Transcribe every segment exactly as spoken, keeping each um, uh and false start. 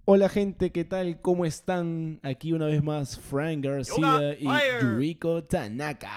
Hola gente, ¿qué tal? ¿Cómo están? Aquí una vez más Frank García y Yuriko Tanaka.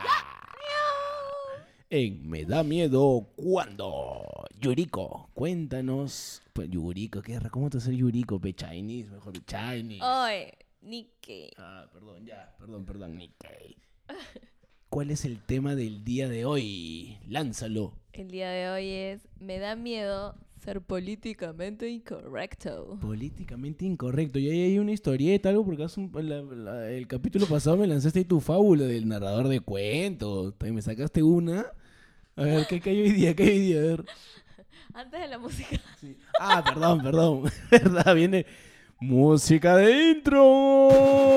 En Me da miedo cuando. Yuriko, cuéntanos. Pues Yuriko, ¿qué? ¿Cómo te hace Yuriko? Pe Chinese, mejor Chinese. Oye, Nikkei. Ah, perdón, ya, perdón, perdón, Nikkei. ¿Cuál es el tema del día de hoy? Lánzalo. El día de hoy es Me da miedo ser políticamente incorrecto. Políticamente incorrecto. Y ahí hay una historieta, algo, porque hace un- la- la- el capítulo pasado me lanzaste ahí tu fábula del narrador de cuentos. También me sacaste una. A ver, ¿qué hay hoy día? ¿Qué hay hoy día? A ver. Antes de la música. Sí. Ah, perdón, perdón. ¿Verdad? Viene música de intro.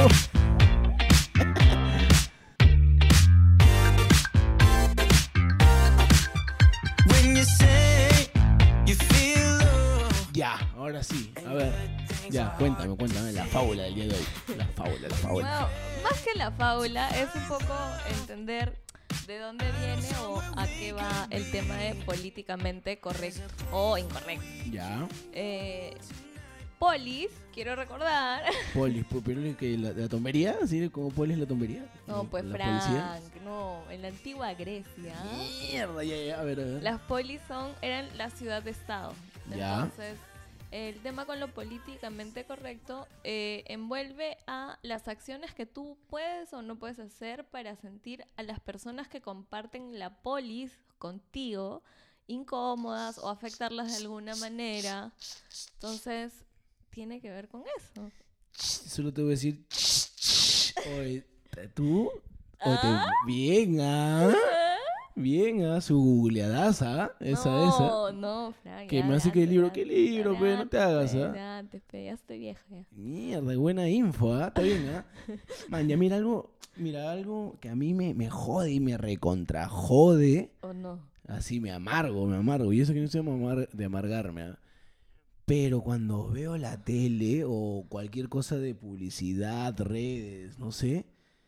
Ya, ahora sí. A ver. Ya, cuéntame, cuéntame la fábula del día de hoy. La fábula, la fábula. Bueno, más que la fábula, es un poco entender de dónde viene o a qué va el tema de políticamente correcto o incorrecto. Ya. Eh, polis, quiero recordar. Polis, po- pero es que la, la tombería, ¿sí? ¿Cómo polis la tombería? No, pues ¿La Frank, policía? no, en la antigua Grecia. Mierda, ya, ya, a ver, a ver. Las polis son, eran la ciudad de estado. Ya. Entonces, el tema con lo políticamente correcto eh, envuelve a las acciones que tú puedes o no puedes hacer para sentir a las personas que comparten la polis contigo incómodas o afectarlas de alguna manera. Entonces, tiene que ver con eso. Solo te voy a decir. Oye, ¿tú? Oye, te- ¿Ah? bien, ¿ah? Bien, ¿ah? Su googleadaza, esa, no, esa. no, Frank. Que ya me hace de que el antes, libro, de ¿qué antes, libro, ya pe? de No te antes, hagas, pe, ¿ah? de antes, pe, ya estoy vieja ya. Mierda, buena info, ¿ah? Está bien, ¿ah? Man, ya mira algo, mira algo que a mí me, me jode y me recontra jode. ¿O no? Así me amargo, me amargo. Y eso que no soy de amar- de amargarme, ¿ah? Pero cuando veo la tele o cualquier cosa de publicidad, redes, no sé,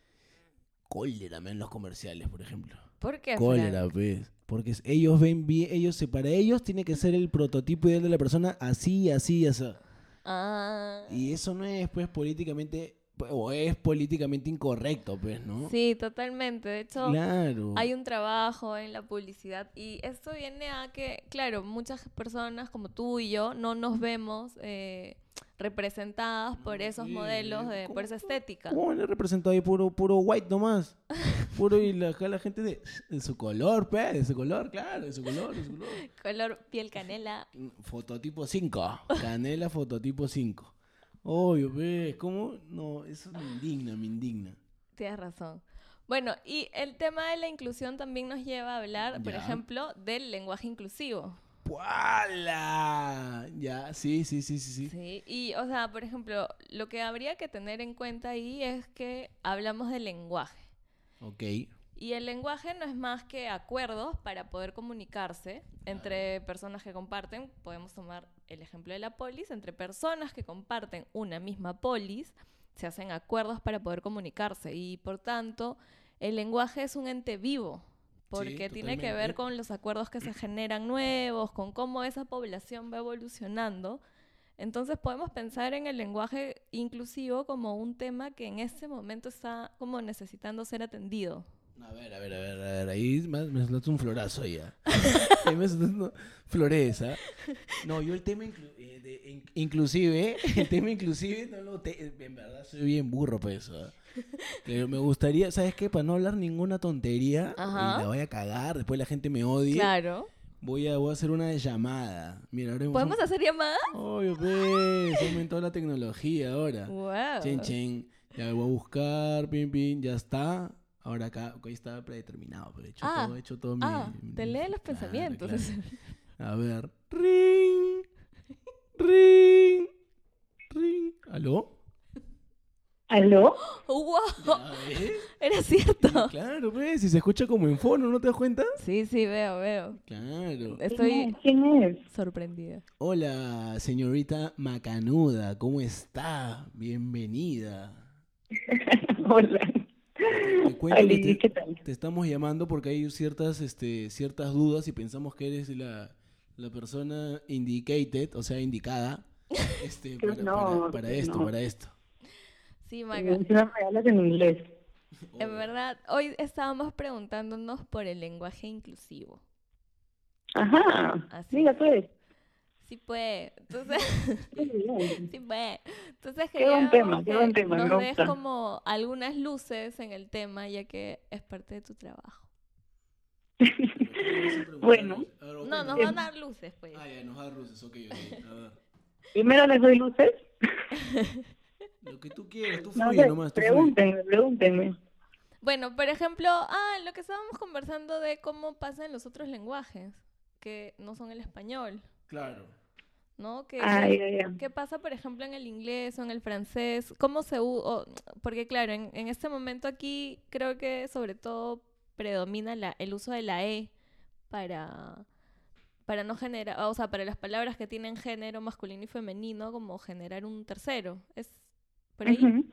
cólera me en los comerciales, por ejemplo. ¿Por qué, Cólera, Frank? pues. Porque es- ellos ven bien, ellos se, para ellos tiene que ser el prototipo ideal de la persona así, así, así. Ah... Y eso no es, pues, políticamente, o es políticamente incorrecto, pues, ¿no? Sí, totalmente. De hecho, Claro. hay un trabajo en la publicidad y esto viene a que, claro, muchas personas como tú y yo no nos vemos eh, representadas por esos Sí, modelos, de, por ¿cómo- esa estética. ¿Cómo le he representado ahí puro, puro white nomás? Puro y la, acá la gente de, de su color, pe, de su color, claro, de su color, de su color. Color piel canela. Fototipo cinco, canela fototipo cinco. Obvio, pe, ¿cómo? No, eso me indigna, me indigna. Tienes razón. Bueno, y el tema de la inclusión también nos lleva a hablar, por Ya. ejemplo, del lenguaje inclusivo. ¡Puala! Ya, sí, sí, sí, sí, sí. Sí, y, o sea, por ejemplo, lo que habría que tener en cuenta ahí es que hablamos del lenguaje. Ok. Y el lenguaje no es más que acuerdos para poder comunicarse entre personas que comparten. Podemos tomar el ejemplo de la polis. Entre personas que comparten una misma polis, se hacen acuerdos para poder comunicarse. Y por tanto, el lenguaje es un ente vivo. Porque tiene que ver totalmente. con los acuerdos que se generan nuevos, con cómo esa población va evolucionando. Entonces podemos pensar en el lenguaje inclusivo como un tema que en este momento está como necesitando ser atendido. A ver, a ver, a ver, a ver, ahí me, me soltaste un florazo ahí, ya. Ahí me soltaste una floreza. No, yo el tema inclu- eh, de- in- inclusive, el tema inclusive, no lo te- en verdad soy bien burro para eso. ¿ah? Pero me gustaría, ¿sabes qué? Para no hablar ninguna tontería Ajá. y la voy a cagar, después la gente me odie, Claro. voy a, voy a hacer una llamada. Mira, ahora hemos- ¿Podemos hacer llamadas? Obvio, pues, se aumentó la tecnología ahora. Wow. Chen, chen. Ya voy a buscar, pin, pin, ya está. Ahora acá, ahí está predeterminado, pero he hecho Ah, todo, he hecho todo mi... Ah, te lee los Claro, pensamientos. claro. A ver. Ring. Ring. Ring. ¿Aló? ¿Aló? ¡Wow! Ya ves. Era cierto. Claro, pues, si se escucha como en fono, ¿no te das cuenta? Sí, sí, veo, veo. Claro. Estoy ¿Quién es? sorprendida. Hola, señorita Macanuda, ¿cómo está? Bienvenida. Hola. Te cuento que Ali, te, ¿qué tal? te estamos llamando porque hay ciertas, este, ciertas dudas y pensamos que eres la, la persona indicated, o sea, indicada, Este, Pues para, no, para, para pues esto, no. para esto. Sí, Y Maca. encima me hablas en inglés. En verdad, hoy estábamos preguntándonos por el lenguaje inclusivo. Ajá, Así. mira pues. Sí, pues. Entonces, Qué bien. sí, pues. Entonces Qué buen queríamos tema, qué que buen tema, nos me des gusta. como algunas luces en el tema, ya que es parte de tu trabajo. Pero ¿qué le vas a preguntar? Bueno, A ver, No, cuéntame. nos van a dar luces, pues. Ah, ya, nos da luces, ok, ok. A ver. primero les doy luces. Lo que tú quieras, tú No fluye sé, nomás, tú fluye. pregúntenme, pregúntenme. Bueno, por ejemplo, ah, lo que estábamos conversando de cómo pasa en los otros lenguajes, que no son el español, Claro. ¿no? Que, Ay, que- ay, ay. ¿Qué pasa, por ejemplo, en el inglés o en el francés? ¿Cómo se usa? Porque, claro, en, en este momento aquí creo que sobre todo predomina la, el uso de la E para, para no generar, o sea, para las palabras que tienen género masculino y femenino, como generar un tercero. ¿Es por ahí? Ujú.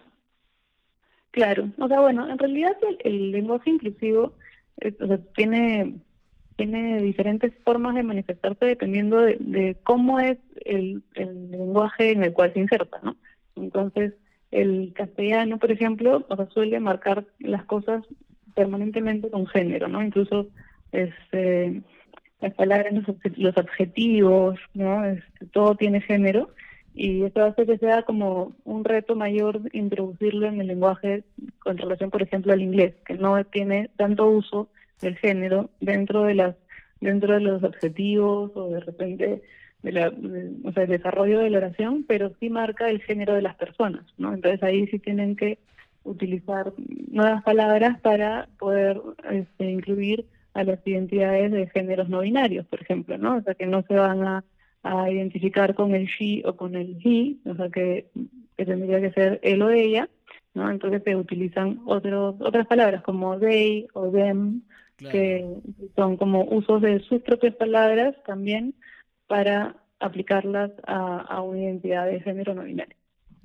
Claro, o sea, bueno, en realidad el, el lenguaje inclusivo es- o sea, tiene, tiene diferentes formas de manifestarse dependiendo de, de cómo es el, el lenguaje en el cual se inserta, ¿no? Entonces, el castellano, por ejemplo, o sea, suele marcar las cosas permanentemente con género, ¿no? Incluso este, las palabras, los, obje- los adjetivos, ¿no? Este, todo tiene género. Y eso hace que sea como un reto mayor introducirlo en el lenguaje con relación, por ejemplo, al inglés, que no tiene tanto uso del género dentro de las dentro de los adjetivos o de repente de la, de- o sea, el desarrollo de la oración, pero sí marca el género de las personas, ¿no? Entonces ahí sí tienen que utilizar nuevas palabras para poder este, incluir a las identidades de géneros no binarios, por ejemplo, ¿no? O sea, que no se van a a identificar con el she o con el he, o sea que, que tendría que ser él o ella, ¿no? Entonces se utilizan otros otras palabras como they o them, Claro. que son como usos de sus propias palabras también para aplicarlas a, a una identidad de género no binario.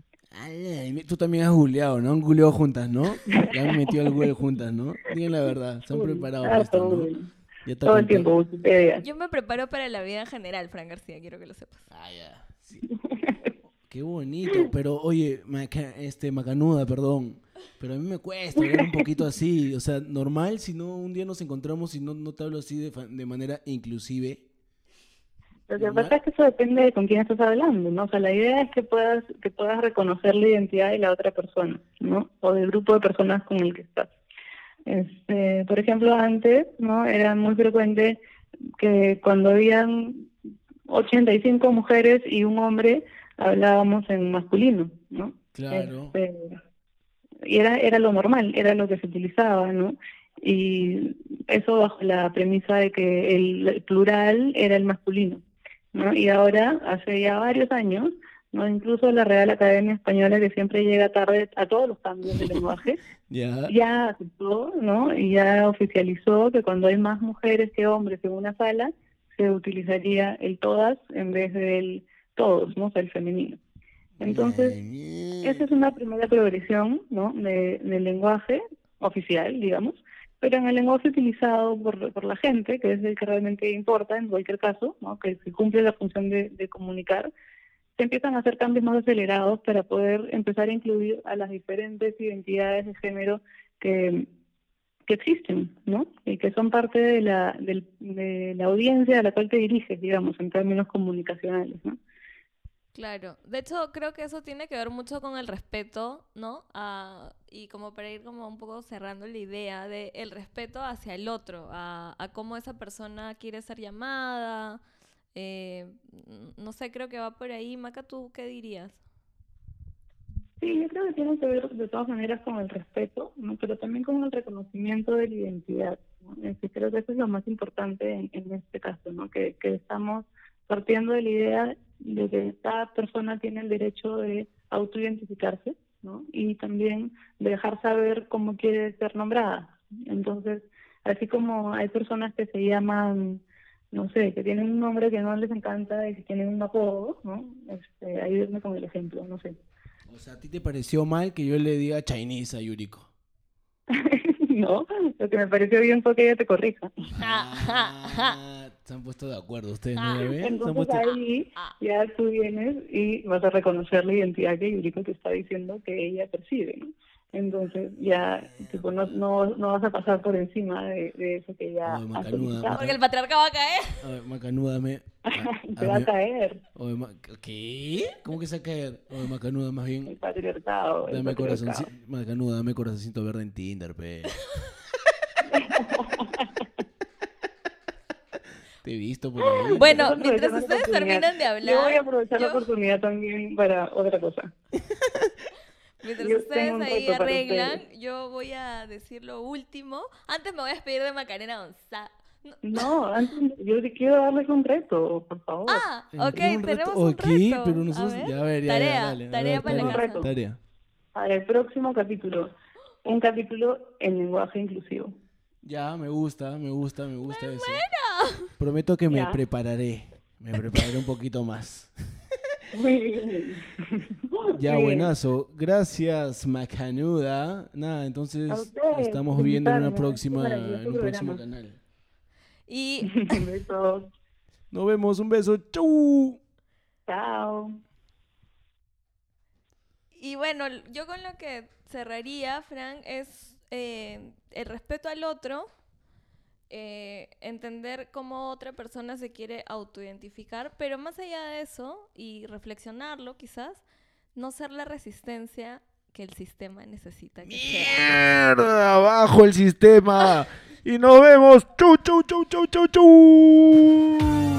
Ay, tú también has googleado, ¿no? Han googleado juntas, ¿no? Le han metido al Google juntas, ¿no? Digan la verdad, se han Uy, preparado para harto, esto, ¿no? uy. Ya está Todo el con tiempo, todo. Wikipedia. Yo me preparo para la vida en general, Fran García, quiero que lo sepas. Ah, ya. Sí. Qué bonito. Pero, oye, Maca- este, Macanuda, perdón. Pero a mí me cuesta hablar un poquito así. O sea, normal si no un día nos encontramos y no, no te hablo así de, fa- de manera inclusive. Lo que Normal. pasa es que eso depende de con quién estás hablando, ¿no? O sea, la idea es que puedas que puedas reconocer la identidad de la otra persona, ¿no? O del grupo de personas con el que estás. Este, por ejemplo, antes, ¿no? Era muy frecuente que cuando habían ochenta y cinco mujeres y un hombre, hablábamos en masculino, ¿no? Claro. Este, y era, era lo normal, era lo que se utilizaba, ¿no? Y eso bajo la premisa de que el, el plural era el masculino, ¿no? Y ahora, hace ya varios años, ¿no? Incluso la Real Academia Española, que siempre llega tarde a todos los cambios de lenguaje, Ya. ya aceptó, ¿no? Y ya oficializó que cuando hay más mujeres que hombres en una sala, se utilizaría el todas en vez del todos, ¿no? O sea, el femenino. Entonces, esa es una primera progresión, ¿no? De, del lenguaje oficial, digamos, pero en el lenguaje utilizado por, por la gente, que es el que realmente importa en cualquier caso, ¿no? Que, que cumple la función de, de comunicar, se empiezan a hacer cambios más acelerados para poder empezar a incluir a las diferentes identidades de género que, que existen, ¿no? Y que son parte de la, del- de la audiencia a la cual te diriges, digamos, en términos comunicacionales, ¿no? Claro, de hecho creo que eso tiene que ver mucho con el respeto, ¿no? Ah, y como para ir como un poco cerrando la idea de el respeto hacia el otro, a, a cómo esa persona quiere ser llamada, eh, n- no sé, creo que va por ahí. Maca, ¿tú qué dirías? Sí, yo creo que tiene que ver de todas maneras con el respeto, ¿no? Pero también con el reconocimiento de la identidad, ¿no? Este, creo que eso es lo más importante en, en este caso, ¿no? Que, que estamos partiendo de la idea de que cada persona tiene el derecho de autoidentificarse, ¿no? Y también de dejar saber cómo quiere ser nombrada. Entonces, así como hay personas que se llaman, no sé, que tienen un nombre que no les encanta y que tienen un apodo, ¿no? Este, ayúdenme con el ejemplo, no sé. O sea, ¿a ti te pareció mal que yo le diga Chinese a Yuriko? No, lo que me pareció bien fue que ella te corrija. Ah, Se han puesto de acuerdo ustedes, ¿no? Ah, ¿Ya ven? Se han Entonces puesto... ahí Ah, ya tú vienes y vas a reconocer la identidad que Yuriko te está diciendo que ella percibe, ¿no? Entonces ya tipo, no, no, no vas a pasar por encima de, de eso que ella Ay, ha macanuda, solicitado. porque el patriarcado va a caer. A ver, Macanúdame. Te va a caer Oye, ma- ¿qué? ¿Cómo que se va a caer? Oye, Macanuda, más el bien. patriarcado. El Dame patriarcado. corazón, Macanuda, dame corazoncito verde en Tinder, pe. Te he visto por ahí. Bueno, Yo voy a mientras aprovechar la ustedes oportunidad. terminan de hablar, Yo voy a aprovechar la yo- oportunidad también para otra cosa. mientras yo ustedes tengo un ahí reto para arreglan, ustedes. yo voy a decir lo último. Antes me voy a despedir de Macarena González. No. No, antes, yo sí quiero darles un reto, por favor. Ah, Eh, ok, un reto, tenemos un ok, reto. pero nosotros- a ver. ya, a ver, ya, ya, tarea, dale, a tarea ver, para tengo la un casa. reto. Tarea. Para el próximo capítulo, un capítulo en lenguaje inclusivo. Ya, me gusta, me gusta, me gusta eso. Prometo que me Ya. prepararé. Me prepararé un poquito más. Muy bien. Ya, Muy bien. buenazo. Gracias, Macanuda. Nada, entonces A ustedes estamos por viendo en una invitarme. próxima, Qué maravilloso en un próximo programa. canal. Y Besos. Nos vemos, un beso. Chau. Chao. Y bueno, yo con lo que cerraría, Fran, es eh, el respeto al otro, eh, entender cómo otra persona se quiere autoidentificar, pero más allá de eso, y reflexionarlo quizás, no ser la resistencia que el sistema necesita que sea. Mierda, abajo el sistema. Y nos vemos. Chau, chau, chau, chau, chau, chau.